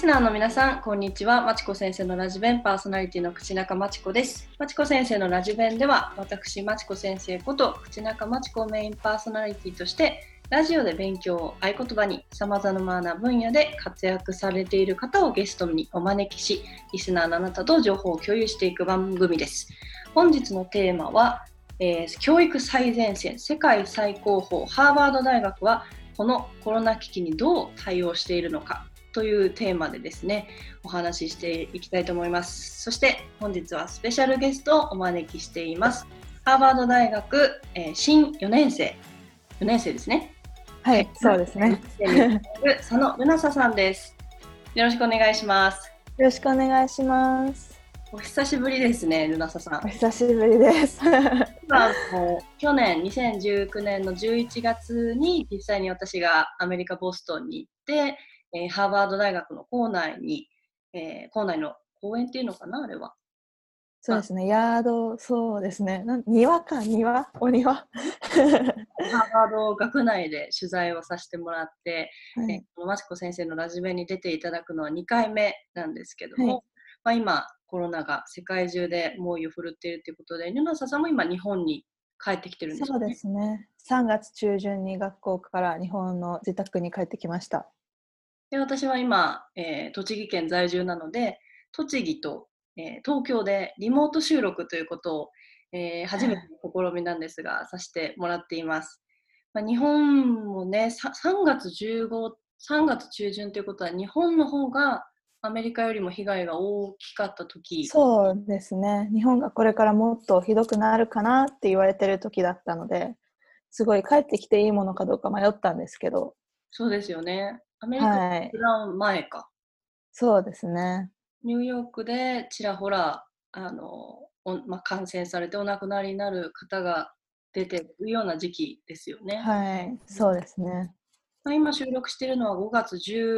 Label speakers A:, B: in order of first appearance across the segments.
A: スナーの皆さん、こんにちは。まちこ先生のラジベンパーソナリティの口中まちこです。まちこ先生のラジベンでは、私まちこ先生こと口中まちこをメインパーソナリティとして、ラジオで勉強を合言葉に様々な分野で活躍されている方をゲストにお招きし、リスナーのあなたと情報を共有していく番組です。本日のテーマは、教育最前線、世界最高峰ハーバード大学はこのコロナ危機にどう対応しているのかというテーマでですね、お話ししていきたいと思います。そして本日はスペシャルゲストをお招きしています。ハーバード大学、新4年生ですね。
B: はい、そうですね。
A: 佐野ルナサさんです。よろしくお願いします。
B: よろしくお願いします。
A: お久しぶりですね、ルナサさん。
B: お久しぶりです。
A: 去年2019年の11月に実際に私がアメリカボストンに行って、ハーバード大学の校内の公園っていうのかな、あれは。
B: そうですね、ヤード、そうですね、庭か、お庭。
A: ハーバード学内で取材をさせてもらって、まちこ先生のラジベに出ていただくのは2回目なんですけども、今コロナが世界中で猛威を振るっているということで、ルナサさんも今日本に帰ってきてるんですよね。
B: そうですね、3月中旬に学校から日本の自宅に帰ってきました。
A: で、私は今、栃木県在住なので、栃木と、東京でリモート収録ということを、初めての試みなんですが、させてもらっています。日本もね、3月中旬ということは、日本の方がアメリカよりも被害が大きかった時。
B: そうですね、日本がこれからもっとひどくなるかなって言われてる時だったので、すごい帰ってきていいものかどうか迷ったんですけど。
A: そうですよね。アメリカのブラウン前か。
B: そうですね。
A: ニューヨークでちらほら感染されてお亡くなりになる方が出ているような時期ですよね。
B: はい、そうですね。
A: 今収録しているのは5月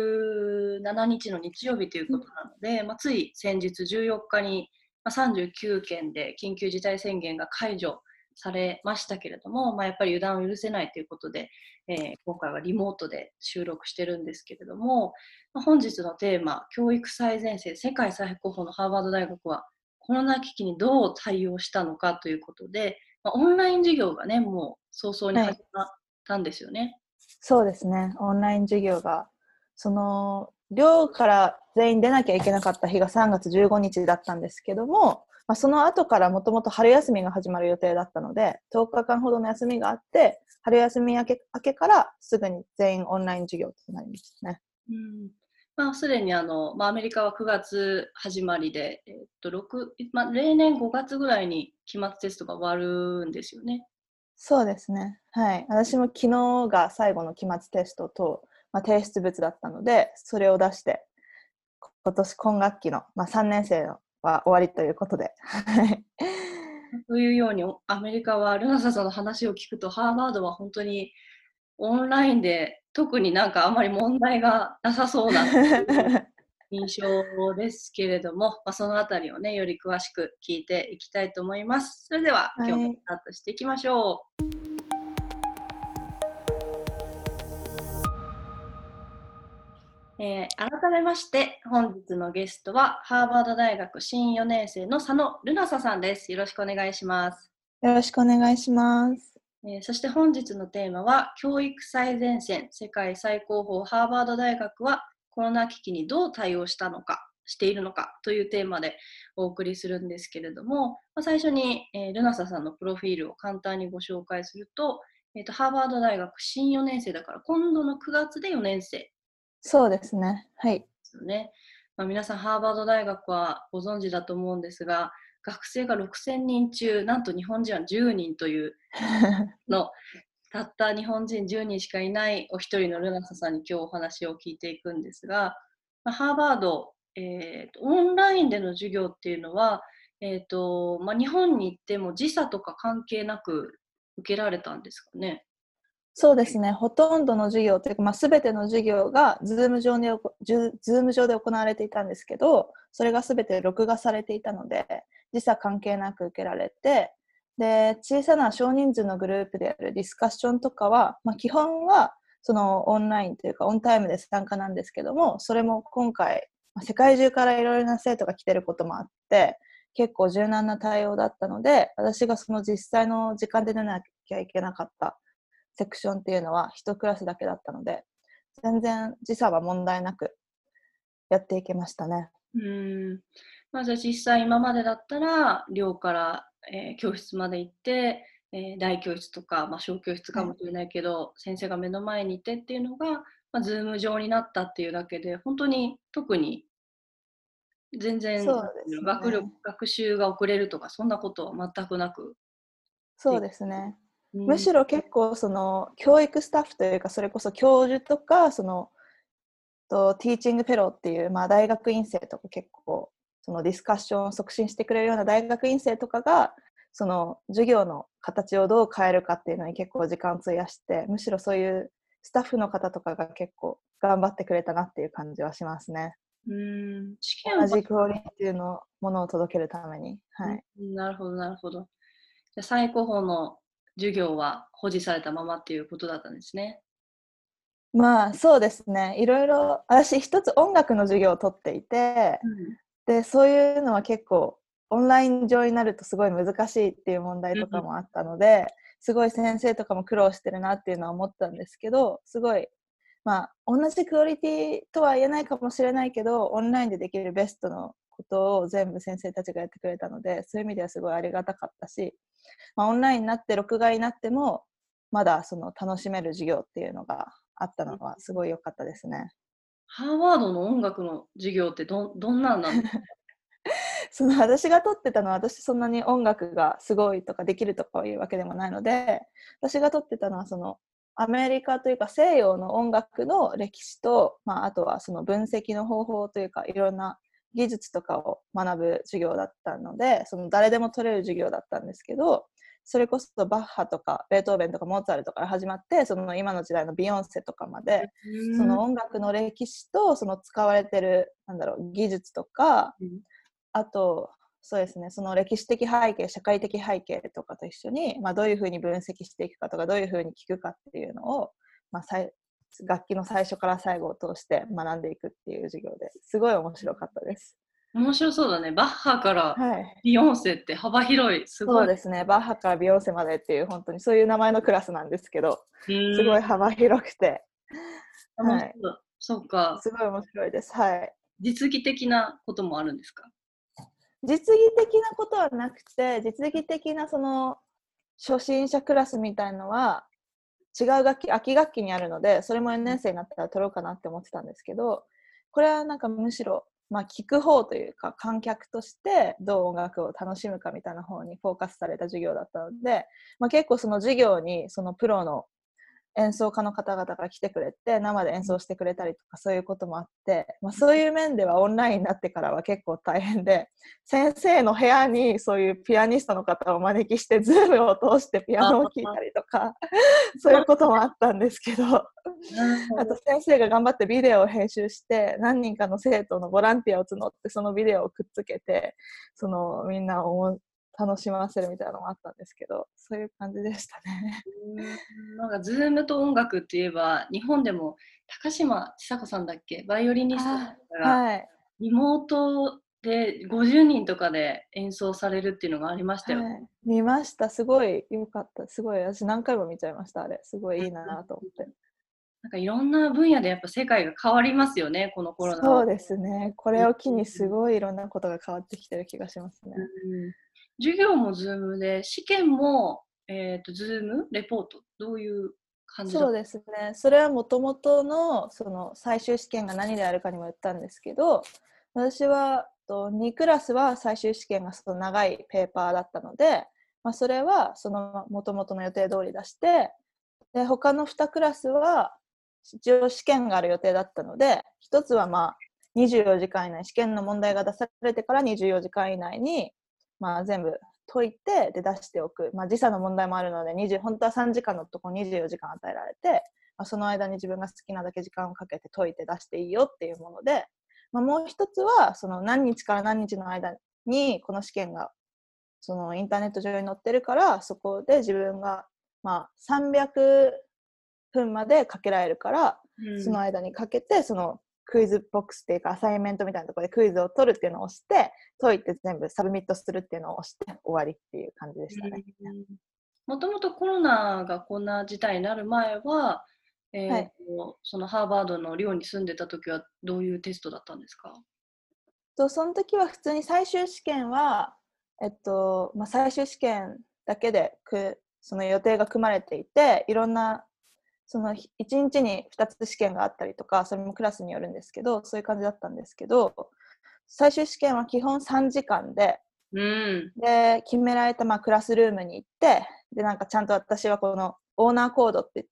A: 17日の日曜日ということなので、つい先日14日に39県で緊急事態宣言が解除されましたけれども、やっぱり油断を許せないということで、今回はリモートで収録してるんですけれども、本日のテーマ、教育最前線、世界最高峰のハーバード大学はコロナ危機にどう対応したのかということで、オンライン授業がね、もう早々に始まったんですよね。
B: そうですね、オンライン授業が、その寮から全員出なきゃいけなかった日が3月15日だったんですけども、その後からもともと春休みが始まる予定だったので、10日間ほどの休みがあって、春休み明けからすぐに全員オンライン授業となりましたね。
A: すでにアメリカは9月始まりで、例年5月ぐらいに期末テストが終わるんですよね。
B: そうですね。はい。私も昨日が最後の期末テストと、提出物だったので、それを出して、今学期の、3年生は終わりということで。
A: というように、アメリカはルナサさんの話を聞くと、ハーバードは本当にオンラインで特になんかあまり問題がなさそうな印象ですけれども、そのあたりをね、より詳しく聞いていきたいと思います。それでは、今日もスタートしていきましょう。改めまして本日のゲストはハーバード大学新4年生の佐野ルナサさんです。よろしくお願いします。
B: よろしくお願いします。
A: そして本日のテーマは教育最前線、世界最高峰ハーバード大学はコロナ危機にどう対応しているのかというテーマでお送りするんですけれども、最初に、ルナサさんのプロフィールを簡単にご紹介すると、ハーバード大学新4年生だから今度の9月で4年生。
B: そうですね。はい。
A: 皆さんハーバード大学はご存知だと思うんですが、学生が6000人中、なんと日本人は10人というたった日本人10人しかいないお一人のルナサさんに今日お話を聞いていくんですが、ハーバード、オンラインでの授業っていうのは、日本に行っても時差とか関係なく受けられたんですかね。
B: そうですね。ほとんどの授業というか、全ての授業がZoom上で行われていたんですけど、それが全て録画されていたので、時差関係なく受けられて、で、小さな少人数のグループでやるディスカッションとかは、基本はそのオンラインというかオンタイムで参加なんですけども、それも今回世界中からいろいろな生徒が来てることもあって、結構柔軟な対応だったので、私がその実際の時間で出なきゃいけなかったセクションっていうのは1クラスだけだったので、全然時差は問題なくやっていけましたね。
A: じゃあ実際今までだったら寮から、教室まで行って、大教室とか、小教室かもしれないけど、先生が目の前にいてっていうのが、ズーム上になったっていうだけで、本当に特に全然
B: そうですね。
A: 学習が遅れるとか、そんなことは全くなく
B: そう
A: で
B: ですね。
A: うん、
B: むしろ結構その教育スタッフというか、それこそ教授とかそのティーチングフェローっていう、大学院生とか結構そのディスカッションを促進してくれるような大学院生とかがその授業の形をどう変えるかっていうのに結構時間を費やして、むしろそういうスタッフの方とかが結構頑張ってくれたなっていう感じはしますね。
A: 試験は、
B: 同じクオリティのものを届けるために。はい。
A: なるほど、なるほど。じゃあ最高峰の授業は保持されたままっていうことだったんですね。
B: そうですね。いろいろ、私一つ音楽の授業を取っていて、で、そういうのは結構オンライン上になるとすごい難しいっていう問題とかもあったので、すごい先生とかも苦労してるなっていうのは思ったんですけど、すごい、同じクオリティとは言えないかもしれないけど、オンラインでできるベストのことを全部先生たちがやってくれたので、そういう意味ではすごいありがたかったし、オンラインになって録画になっても、まだその楽しめる授業っていうのがあったのはすごい良かったですね。
A: ハーバードの音楽の授業ってどんなんなんですか？
B: その私が取ってたのは、私そんなに音楽がすごいとかできるとかいうわけでもないので、私が取ってたのはそのアメリカというか西洋の音楽の歴史と、あとはその分析の方法というかいろんな技術とかを学ぶ授業だったので、その誰でも取れる授業だったんですけど、それこそバッハとかベートーベンとかモーツァルトから始まって、その今の時代のビヨンセとかまで、その音楽の歴史とその使われてる技術とか、あとそうですね、その歴史的背景、社会的背景とかと一緒に、どういうふうに分析していくかとか、どういうふうに聞くかっていうのを、楽器の最初から最後を通して学んでいくっていう授業ですごい面白かったです。
A: 面白そうだね。バッハから
B: はい。
A: ビヨンセって幅広い、すごい。
B: そうですね、バッハからビヨンセまでっていう本当にそういう名前のクラスなんですけど、すごい幅広くて、
A: 楽し
B: はい、
A: そう。そうか。
B: すごい面白いです。はい。
A: 実技的なこともあるんですか？
B: 実技的なことはなくて、実技的なその初心者クラスみたいのは違う楽器、秋学期にあるので、それも4年生になったら取ろうかなって思ってたんですけど、これはなんかむしろ、聞く方というか、観客としてどう音楽を楽しむかみたいな方にフォーカスされた授業だったので、結構その授業にそのプロの演奏家の方々が来てくれて生で演奏してくれたりとかそういうこともあって、そういう面ではオンラインになってからは結構大変で、先生の部屋にそういうピアニストの方をお招きしてズームを通してピアノを聴いたりとかそういうこともあったんですけど、あと先生が頑張ってビデオを編集して何人かの生徒のボランティアを募ってそのビデオをくっつけてそのみんなを楽しませるみたいなのもあったんですけど、そういう感じでしたね。
A: なんか、ズームと音楽って言えば、日本でも高島ちさ子さんだっけ、バイオリニストの方が、
B: はい。
A: リモートで50人とかで演奏されるっていうのがありましたよ。
B: はい。見ました。すごい良かった。すごい、私何回も見ちゃいました、あれ。すごいいいなと思って。
A: なんかいろんな分野でやっぱ世界が変わりますよね、このコロナを。
B: そうですね。これを機にすごいいろんなことが変わってきてる気がしますね。
A: 授業もズームで、試験も、ズームレポート、どういう感じだっ
B: そうですね。それはもともとのその最終試験が何であるかにも言ったんですけど、私は2クラスは最終試験がその長いペーパーだったので、それはそのもともとの予定通り出して、で他の2クラスは一応試験がある予定だったので、1つは24時間以内、試験の問題が出されてから24時間以内に、全部解いてで出しておく、時差の問題もあるので本当は3時間のところ24時間与えられて、その間に自分が好きなだけ時間をかけて解いて出していいよっていうもので、もう一つはその何日から何日の間にこの試験がそのインターネット上に載ってるから、そこで自分が300分までかけられるから、その間にかけてそのクイズボックスっていうかアサイメントみたいなところでクイズを取るっていうのを押して解いて全部サブミットするっていうのを押して終わりっていう感じでしたね。
A: もともとコロナがこんな事態になる前は、
B: はい、
A: そのハーバードの寮に住んでた時はどういうテストだったんですか？
B: その時は普通に最終試験は、最終試験だけでその予定が組まれていて、いろんなその1日に2つ試験があったりとか、それもクラスによるんですけど、そういう感じだったんですけど、最終試験は基本3時間で、
A: うん。
B: で決められたクラスルームに行って、でなんかちゃんと私はこのオーナーコードって言って、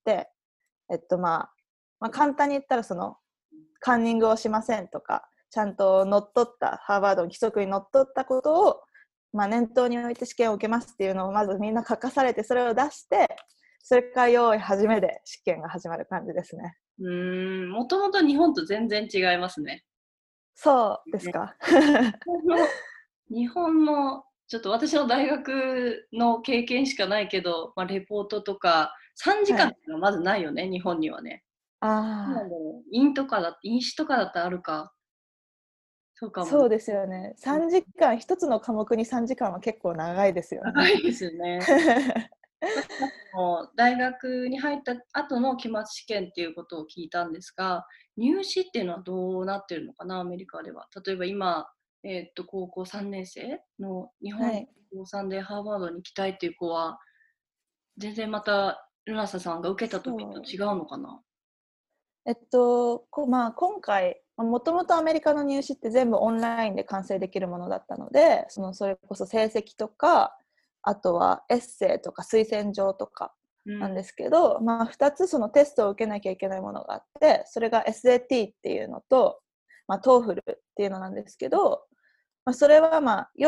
B: 簡単に言ったらそのカンニングをしませんとか、ちゃんと乗っ取ったハーバードの規則にのっとったことを、念頭に置いて試験を受けますっていうのをまずみんな書かされて、それを出して、それから用意始めで試験が始まる感じですね。
A: もともと日本と全然違いますね。
B: そうですか。
A: 日本のちょっと私の大学の経験しかないけど、レポートとか3時間って
B: はい。
A: いうのはまずないよね、日本にはね。なん
B: ああ、
A: だろう、飲酒とかだったらあるか。そうかもね。
B: そうですよね。3時間、一つの科目に3時間は結構長いですよね。
A: 長いですよね。もう大学に入った後の期末試験っていうことを聞いたんですが、入試っていうのはどうなってるのかな、アメリカでは。例えば今、高校3年生の日本
B: はい。
A: 高3でハーバードに行きたいっていう子は、全然またルナサさんが受けた時と
B: そう。
A: 違うのかな。
B: 今回、もともとアメリカの入試って全部オンラインで完成できるものだったので、それこそ成績とか、あとはエッセイとか推薦状とか
A: うん。
B: なんですけど、2つそのテストを受けなきゃいけないものがあって、それが SAT っていうのと、TOEFL っていうのなんですけど、それは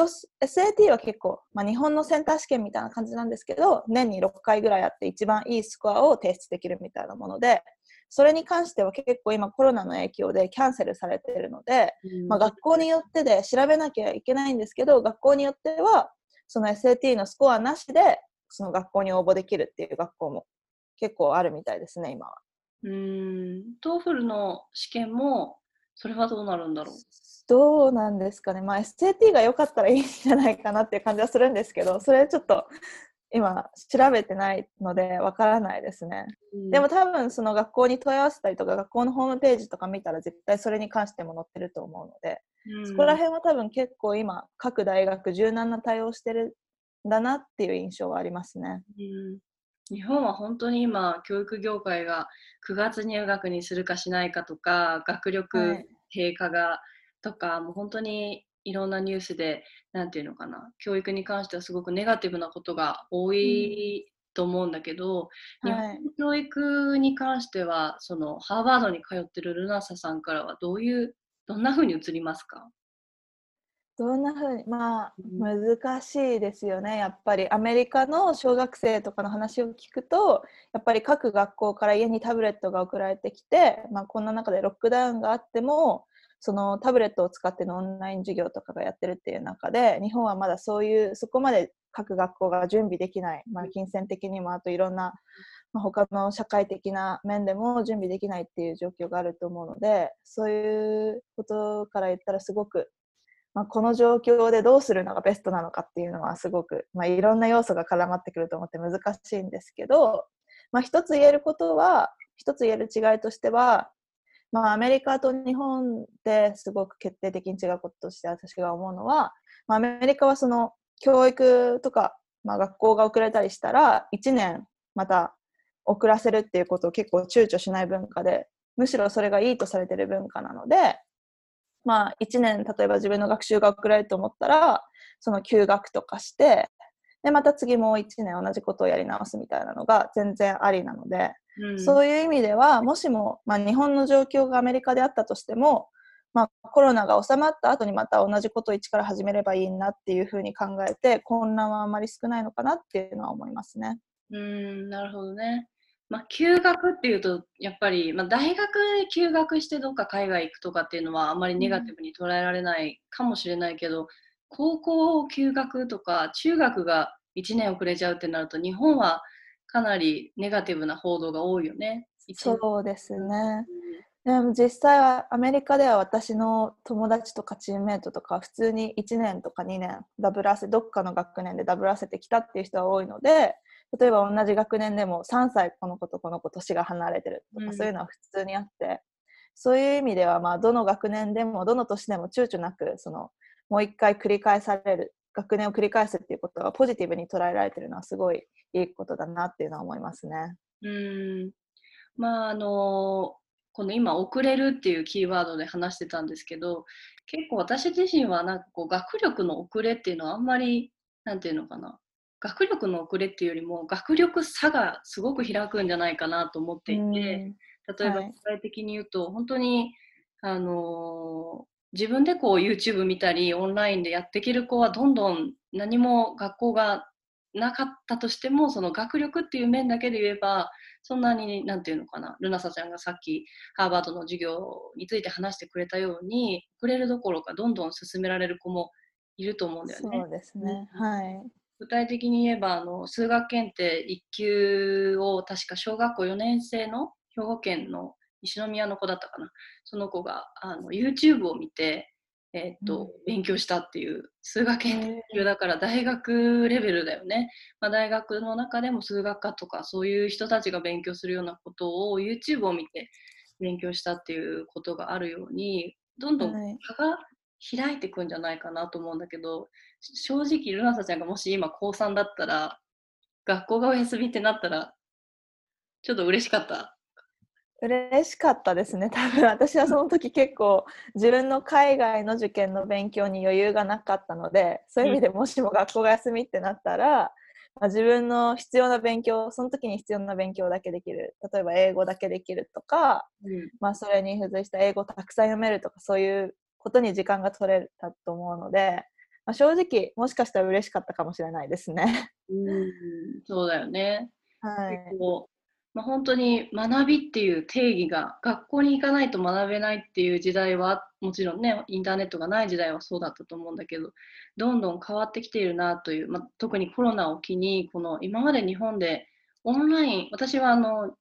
B: SAT は結構、日本のセンター試験みたいな感じなんですけど、年に6回ぐらいあって一番いいスコアを提出できるみたいなもので、それに関しては結構今コロナの影響でキャンセルされているので、
A: うん、
B: 学校によってで調べなきゃいけないんですけど、学校によってはその SAT のスコアなしでその学校に応募できるっていう学校も結構あるみたいですね、今は。
A: トーフルの試験も、それはどうなるんだろう。
B: どうなんですかね、SAT が良かったらいいんじゃないかなっていう感じはするんですけど、それちょっと今調べてないのでわからないですね。
A: うん、
B: でも多分その学校に問い合わせたりとか学校のホームページとか見たら絶対それに関しても載ってると思うので、そこら
A: うん、
B: 辺は多分結構今各大学柔軟な対応してるんだなっていう印象はありますね。
A: うん。日本は本当に今、教育業界が9月入学にするかしないかとか、学力
B: はい。
A: 低下がとか、もう本当にいろんなニュースで、なんていうのかな、教育に関してはすごくネガティブなことが多
B: うん、
A: いと思うんだけど、日本
B: はい。
A: の教育に関しては、そのハーバードに通ってるルナサさんからはどんな風に映りますか？
B: どんな風に、
A: うん、
B: 難しいですよね、やっぱり。アメリカの小学生とかの話を聞くと、やっぱり各学校から家にタブレットが送られてきて、こんな中でロックダウンがあっても、そのタブレットを使ってのオンライン授業とかがやってるっていう中で、日本はまだそこまで各学校が準備できない、金銭的にもあといろんな、他の社会的な面でも準備できないっていう状況があると思うので、そういうことから言ったらすごくこの状況でどうするのがベストなのかっていうのはすごく、いろんな要素が絡まってくると思って難しいんですけど、一つ言える違いとしては、アメリカと日本ですごく決定的に違うこととして私が思うのは、アメリカはその教育とか、学校が遅れたりしたら1年また遅らせるっていうことを結構躊躇しない文化で、むしろそれがいいとされている文化なので、1年例えば自分の学習が遅れると思ったらその休学とかしてでまた次もう1年同じことをやり直すみたいなのが全然ありなので、
A: うん、
B: そういう意味ではもしも、日本の状況がアメリカであったとしても、コロナが収まった後にまた同じことを一から始めればいいなっていうふうに考えて混乱はあまり少ないのかなっていうのは思いますね。
A: なるほどね。休学っていうと、やっぱり、大学で休学してどっか海外行くとかっていうのはあんまりネガティブに捉えられないかもしれないけど、高校休学とか中学が1年遅れちゃうってなると、日本はかなりネガティブな報道が多いよね。1年。
B: そうですね。 でも実際はアメリカでは私の友達とかチームメイトとか普通に1年とか2年ダブらせどっかの学年でダブらせてきたっていう人が多いので、例えば同じ学年でも3歳この子とこの子年が離れてるとか、そういうのは普通にあって、そういう意味ではまあどの学年でもどの年でも躊躇なくもう一回繰り返される学年を繰り返すっていうことがポジティブに捉えられてるのはすごいいいことだなっていうのは思いますね。
A: まあこの今遅れるっていうキーワードで話してたんですけど、結構私自身はなんかこう学力の遅れっていうのはあんまりなんていうのかな、学力の遅れっていうよりも学力差がすごく開くんじゃないかなと思っていて、例えば具
B: はい、
A: 体的に言うと本当に自分でこう YouTube 見たりオンラインでやっていける子はどんどん何も学校がなかったとしてもその学力っていう面だけで言えばそんなになんていうのかな、ルナサちゃんがさっきハーバードの授業について話してくれたように遅れるどころかどんどん進められる子もいると思うんだよね。
B: そうですね。はい。
A: 具体的に言えば数学検定1級を確か小学校4年生の兵庫県の西宮の子だったかな、その子がYouTube を見て、勉強したっていう数学検定1級だから大学レベルだよね、まあ、大学の中でも数学科とかそういう人たちが勉強するようなことを YouTube を見て勉強したっていうことがあるようにどんどん
B: はい。
A: 差が開いていくんじゃないかなと思うんだけど、正直ルナサちゃんがもし今高3だったら学校がお休みってなったらちょっと嬉しかった？
B: 嬉しかったですね。多分私はその時結構自分の海外の受験の勉強に余裕がなかったので、そういう意味でもしも学校が休みってなったら、まあ、自分の必要な勉強、その時に必要な勉強だけできる。例えば英語だけできるとか、まあ、それに付随した英語たくさん読めるとか、そういうことに時間が取れたと思うので、まあ、正直もしかしたら嬉しかったかもしれないですね。
A: そうだよね。
B: はい。
A: 結構、まあ、本当に学びっていう定義が学校に行かないと学べないっていう時代はもちろんねインターネットがない時代はそうだったと思うんだけどどんどん変わってきているなという、まあ、特にコロナを機にこの今まで日本でオンライン私は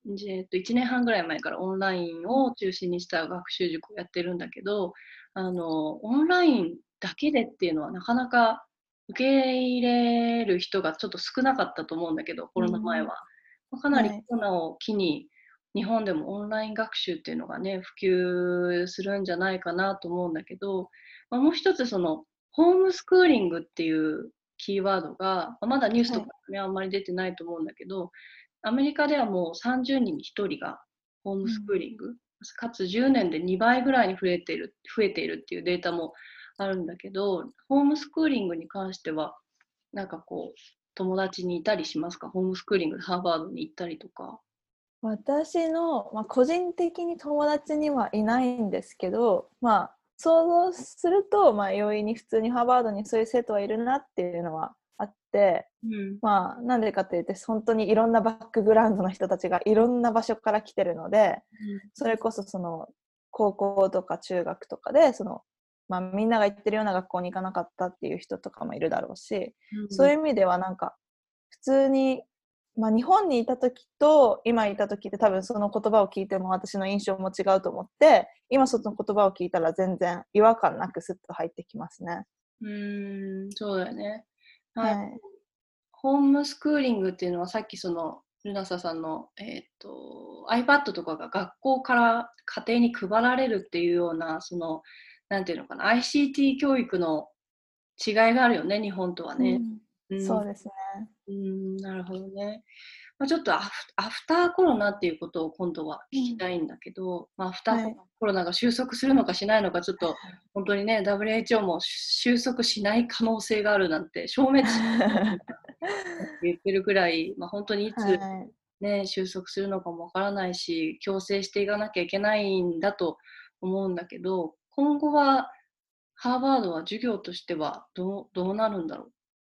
A: 1年半ぐらい前からオンラインを中心にした学習塾をやってるんだけどオンラインだけでっていうのはなかなか受け入れる人がちょっと少なかったと思うんだけどコロナ前は。かなり
B: はい。
A: コロナを機に日本でもオンライン学習っていうのがね普及するんじゃないかなと思うんだけど、まあ、もう一つそのホームスクーリングっていうキーワードがまだニュースとかねあんまり出てないと思うんだけどアメリカではもう30人に1人がホームスクーリング、かつ10年で2倍ぐらいに増えているっていうデータもあるんだけどホームスクーリングに関してはなんかこう友達にいたりしますか？ホームスクーリングでハーバードに行ったりとか。
B: 私の、まあ、個人的に友達にはいないんですけど、まあ、想像すると、まあ、容易に普通にハーバードにそういう生徒はいるなっていうのはあって、
A: うん。
B: まあ、なんでかって言って本当にいろんなバックグラウンドの人たちがいろんな場所から来てるので、それこそ高校とか中学とかでまあ、みんなが行ってるような学校に行かなかったっていう人とかもいるだろうし、
A: うん。
B: そういう意味ではなんか普通に、まあ、日本にいた時と今いた時って多分その言葉を聞いても私の印象も違うと思って、今その言葉を聞いたら全然違和感なくスッと入ってきますね。
A: そうだよね。はい。
B: はい。
A: ホームスクーリングっていうのはさっきルナサさんの、iPad とかが学校から家庭に配られるっていうようななんていうのかな ICT 教育の違いがあるよね日本とはね。
B: うん、
A: うん、
B: そうですね。
A: なるほどね。まあ、ちょっとアフターコロナっていうことを今度は聞き
B: うん、
A: たいんだけど、まあ、アフター
B: はい。
A: コロナが収束するのかしないのか、ちょっと本当にね、WHO も収束しない可能性があるなんて、消滅しないって言ってるくらい、まあ、本当にいつ、
B: はい。
A: ね、収束するのかもわからないし、強制していかなきゃいけないんだと思うんだけど、今後はハーバードは授業としてはどうなるんだろう。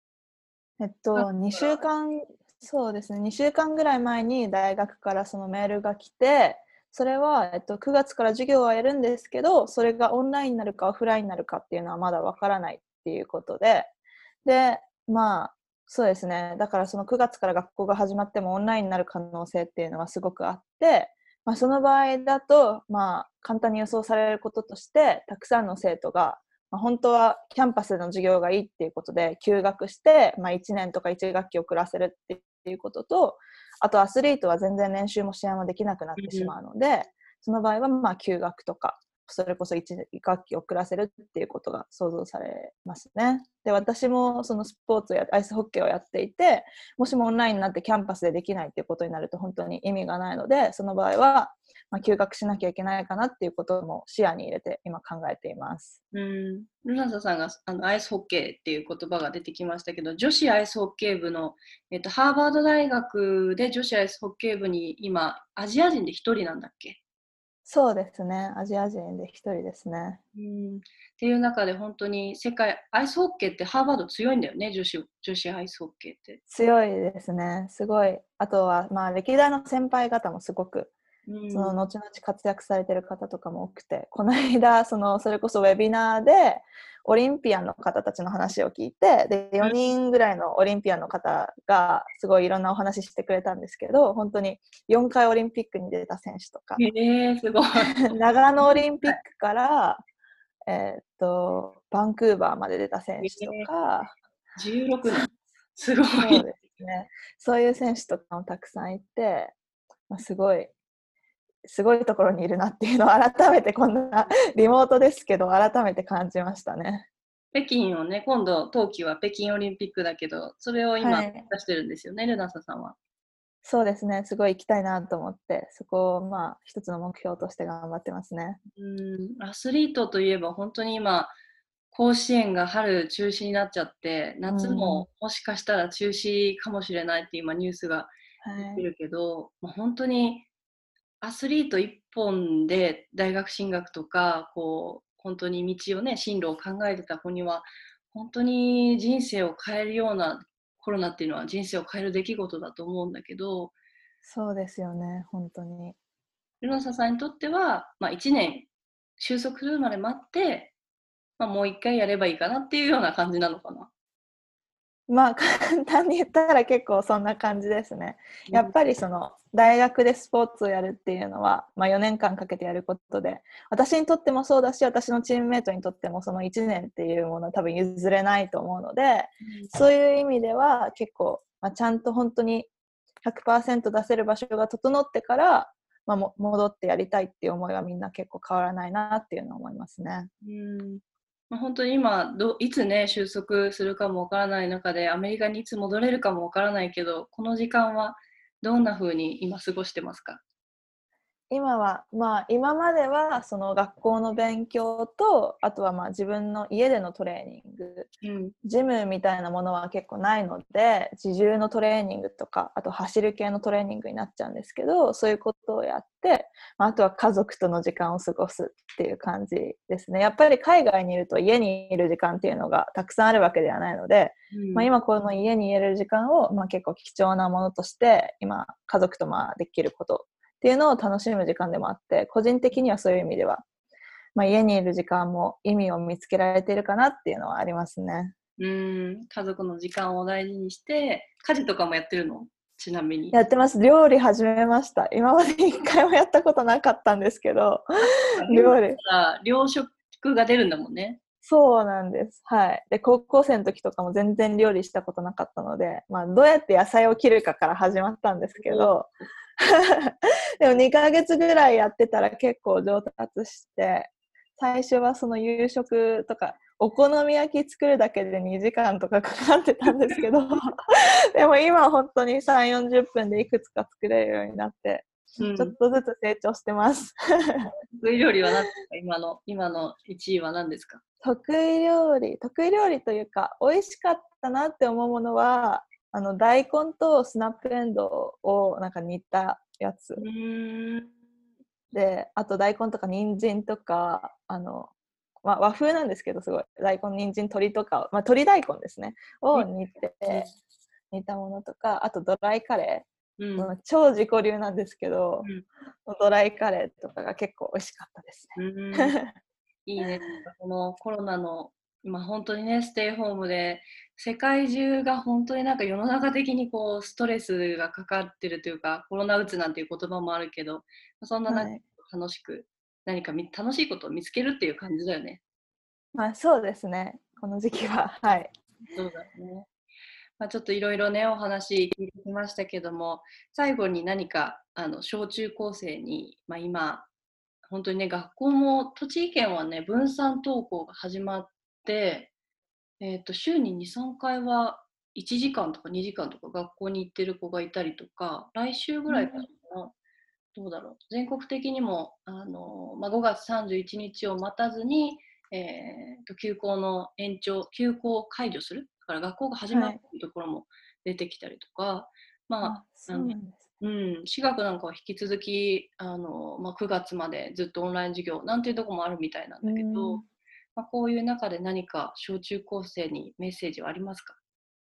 B: 2週間、そうですね、2週間ぐらい前に大学からそのメールが来て、それは、9月から授業はやるんですけど、それがオンラインになるかオフラインになるかっていうのはまだわからないっていうことで、で、まあ、そうですね、だからその9月から学校が始まってもオンラインになる可能性っていうのはすごくあって、 その場合だと、簡単に予想されることとして、たくさんの生徒が、本当はキャンパスでの授業がいいっていうことで休学して、1年とか1学期遅らせるっていうことと、あとアスリートは全然練習も試合もできなくなってしまうので、その場合は休学とか、それこそ1学期遅らせるっていうことが想像されますね。で、私もそのスポーツやアイスホッケーをやっていて、もしもオンラインになってキャンパスでできないっていうことになると本当に意味がないので、その場合は休学しなきゃいけないかなっていうことも視野に入れて今考えています。
A: ルナサさんがアイスホッケーっていう言葉が出てきましたけど、女子アイスホッケー部の、ハーバード大学で女子アイスホッケー部に今アジア人で1人なんだっけ？
B: そうですね、アジア人で1人ですね。
A: っていう中で本当に世界アイスホッケーってハーバード強いんだよね、女子アイスホッケーって。
B: 強いですね、すごい。あとは歴代の先輩方もすごくその後々活躍されてる方とかも多くて、この間それこそウェビナーでオリンピアンの方たちの話を聞いて、で4人ぐらいのオリンピアンの方がすごいいろんなお話してくれたんですけど、本当に4回オリンピックに出た選手とか、
A: すごい
B: 長野オリンピックから、バンクーバーまで出た選手とか、
A: 16年すごい。
B: そうですね、そういう選手とかもたくさんいて、すごいところにいるなっていうのを改めてこんなリモートですけど改めて感じましたね。
A: 北京をね、今度冬季は北京オリンピックだけど、それを今出してるんですよね、ルナサさんは。
B: そうですね、すごい行きたいなと思って、そこを一つの目標として頑張ってますね。
A: アスリートといえば本当に今甲子園が春中止になっちゃって、夏ももしかしたら中止かもしれないって今ニュースが出てるけど、本当にアスリート一本で大学進学とか本当に道をね、進路を考えてた子には本当に人生を変えるような、コロナっていうのは人生を変える出来事だと思うんだけど、
B: そうですよね、本当に。
A: ルノサさんにとっては、1年収束するまで待って、もう一回やればいいかなっていうような感じなのかな。
B: 簡単に言ったら結構そんな感じですね。やっぱり大学でスポーツをやるっていうのは、4年間かけてやることで、私にとってもそうだし、私のチームメイトにとってもその1年っていうものは多分譲れないと思うので、そういう意味では結構、ちゃんと本当に 100% 出せる場所が整ってから、戻ってやりたいっていう思いはみんな結構変わらないなっていうのを思いますね。
A: 本当に今いつね収束するかもわからない中で、アメリカにいつ戻れるかもわからないけど、この時間はどんな風に今過ごしてますか？
B: 今は今まではその学校の勉強と、あとは自分の家でのトレーニング、ジムみたいなものは結構ないので、自重のトレーニングとか、あと走る系のトレーニングになっちゃうんですけど、そういうことをやって、あとは家族との時間を過ごすっていう感じですね。やっぱり海外にいると家にいる時間っていうのがたくさんあるわけではないので、今この家にいる時間を結構貴重なものとして今家族とできることっていうのを楽しむ時間でもあって、個人的にはそういう意味では、家にいる時間も意味を見つけられているかなっていうのはありますね。
A: 家族の時間を大事にして、家事とかもやってるの？ちなみに。
B: やってます。料理始めました。今まで一回もやったことなかったんですけど、
A: 料理から糧食が出るんだもんね。
B: そうなんです。はい。で、高校生の時とかも全然料理したことなかったので、どうやって野菜を切るかから始まったんですけど、でも2ヶ月ぐらいやってたら結構上達して、最初はその夕食とかお好み焼き作るだけで2時間とかかかってたんですけどでも今本当に3、40分でいくつか作れるようになって、ちょっとずつ成長してます
A: 得意料理は何ですか？今の1位は何ですか？
B: 得意料理というか、美味しかったなって思うものは、大根とスナップエンドウを煮たやつで、あと大根とか人参とか、和風なんですけど、すごい大根、人参、鶏とか、鶏大根ですねを煮たものとか、あとドライカレー、超自己流なんですけど、ドライカレーとかが結構美味しかったですね。
A: いいね。このコロナの今本当にね、ステイホームで世界中が本当になんか世の中的にこうストレスがかかってるというか、コロナうつなんていう言葉もあるけど、そんな中
B: はい。
A: 楽しく何か楽しいことを見つけるっていう感じだよね。
B: そうですね。この時期は。はい。
A: そうだね。ちょっといろいろね、お話聞いてきましたけども、最後に何か小中高生に、今、本当にね、学校も栃木県はね、分散登校が始まって、週に2、3回は1時間とか2時間とか学校に行ってる子がいたりとか、来週ぐらいからかな、どうだろう、全国的にも5月31日を待たずに、休校を解除する、だから学校が始まる
B: はい。
A: というところも出てきたりとか、
B: そうなんです。
A: 私学なんかは引き続き9月までずっとオンライン授業なんていうところもあるみたいなんだけど、こういう中で何か小中高生にメッセージはありますか？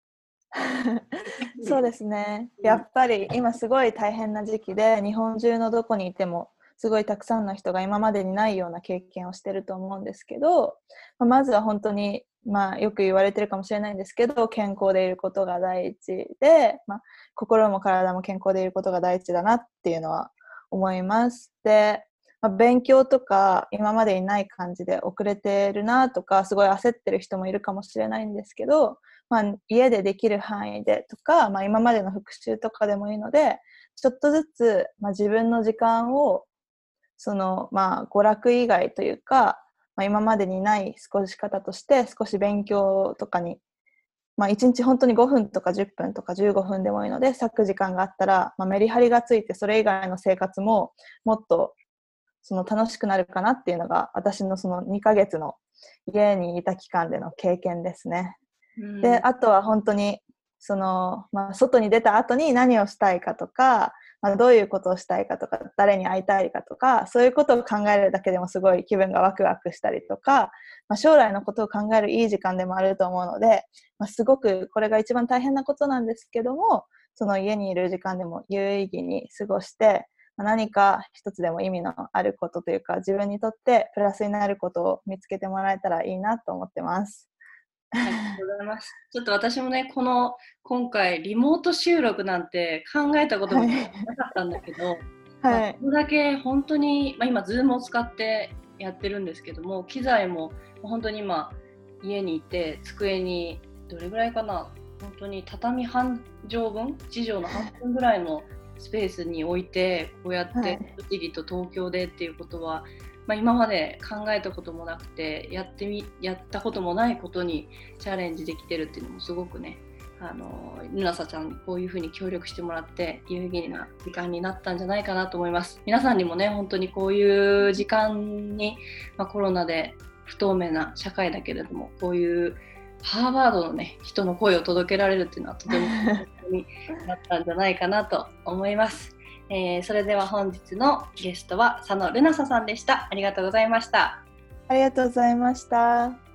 B: そうですね。
A: うん、
B: やっぱり今すごい大変な時期で、日本中のどこにいてもすごいたくさんの人が今までにないような経験をしてると思うんですけど、まずは本当に、よく言われてるかもしれないんですけど、健康でいることが第一で、心も体も健康でいることが第一だなっていうのは思います。で、勉強とか今までにない感じで遅れてるなとか、すごい焦ってる人もいるかもしれないんですけど、家でできる範囲でとか、今までの復習とかでもいいので、ちょっとずつ、自分の時間を娯楽以外というか、今までにない過ごし方として少し勉強とかに、1日本当に5分とか10分とか15分でもいいので割く時間があったら、メリハリがついてそれ以外の生活ももっと楽しくなるかなっていうのが私のその2ヶ月の家にいた期間での経験ですね。で、あとは本当に外に出た後に何をしたいかとか、どういうことをしたいかとか、誰に会いたいかとか、そういうことを考えるだけでもすごい気分がワクワクしたりとか、将来のことを考えるいい時間でもあると思うので、すごくこれが一番大変なことなんですけども、その家にいる時間でも有意義に過ごして、何か一つでも意味のあることというか、自分にとってプラスになることを見つけてもらえたらいいなと思ってます。
A: ありがとうございます。ちょっと私もね、今回リモート収録なんて考えたこともなかったんだけど、
B: はい。
A: これだけ本当に、今 Zoom を使ってやってるんですけども、機材も本当に今家にいて机にどれぐらいかな、本当に畳半畳分、1畳の半分ぐらいのスペースに置いて、こうやって栃木と東京でっていうことは、今まで考えたこともなくてやったこともないことにチャレンジできてるっていうのもすごくね、ぬなさちゃんにこういう風に協力してもらって有意義な時間になったんじゃないかなと思います。皆さんにもね、本当にこういう時間に、コロナで不透明な社会だけれども、こういうハーバードのね、人の声を届けられるっていうのはとても本当になったんじゃないかなと思います。それでは本日のゲストは佐野るなささんでした。ありがとうございました。
B: ありがとうございました。